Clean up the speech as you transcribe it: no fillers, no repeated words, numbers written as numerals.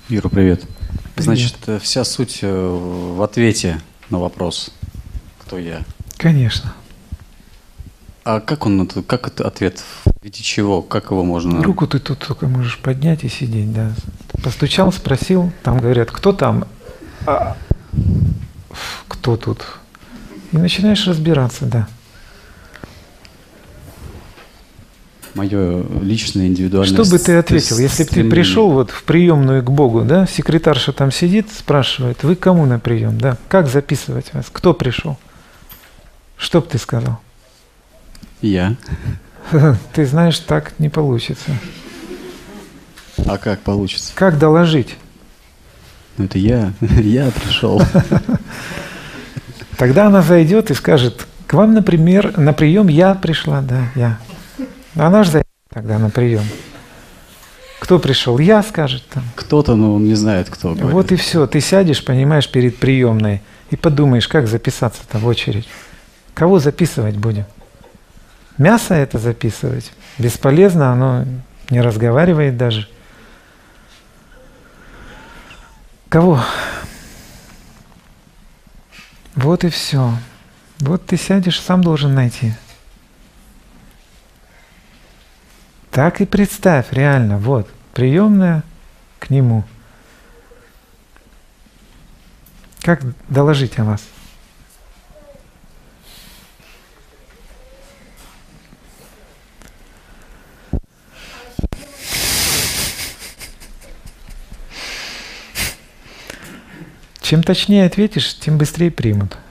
Юра, привет. Привет. Значит, вся суть в ответе на вопрос, кто я. Конечно. А как это ответ? В виде чего? Как его можно… Руку ты тут только можешь поднять и сидеть, да. Постучал, спросил, там говорят, кто там? Кто тут? И начинаешь разбираться, да. Мое личное, индивидуальное… Что бы ты ответил, если бы ты пришел вот в приемную к Богу, да, секретарша там сидит, спрашивает, вы к кому на прием, да? Как записывать вас? Кто пришел? Что бы ты сказал? Я. Ты знаешь, так не получится. А как получится? Как доложить? Ну это я пришел. Тогда она зайдет и скажет, к вам, например, на прием я пришла, да, я. Она же зайдет тогда на прием. Кто пришел? Я, скажет там. Кто-то, но он не знает, кто говорит. Вот и все. Ты сядешь, понимаешь, перед приемной и подумаешь, как записаться-то в очередь. Кого записывать будем? Мясо это записывать? Бесполезно, оно не разговаривает даже. Кого? Вот и все. Вот ты сядешь, сам должен найти. Так и представь, реально, вот, приемная к нему. Как доложить о вас? Чем точнее ответишь, тем быстрее примут.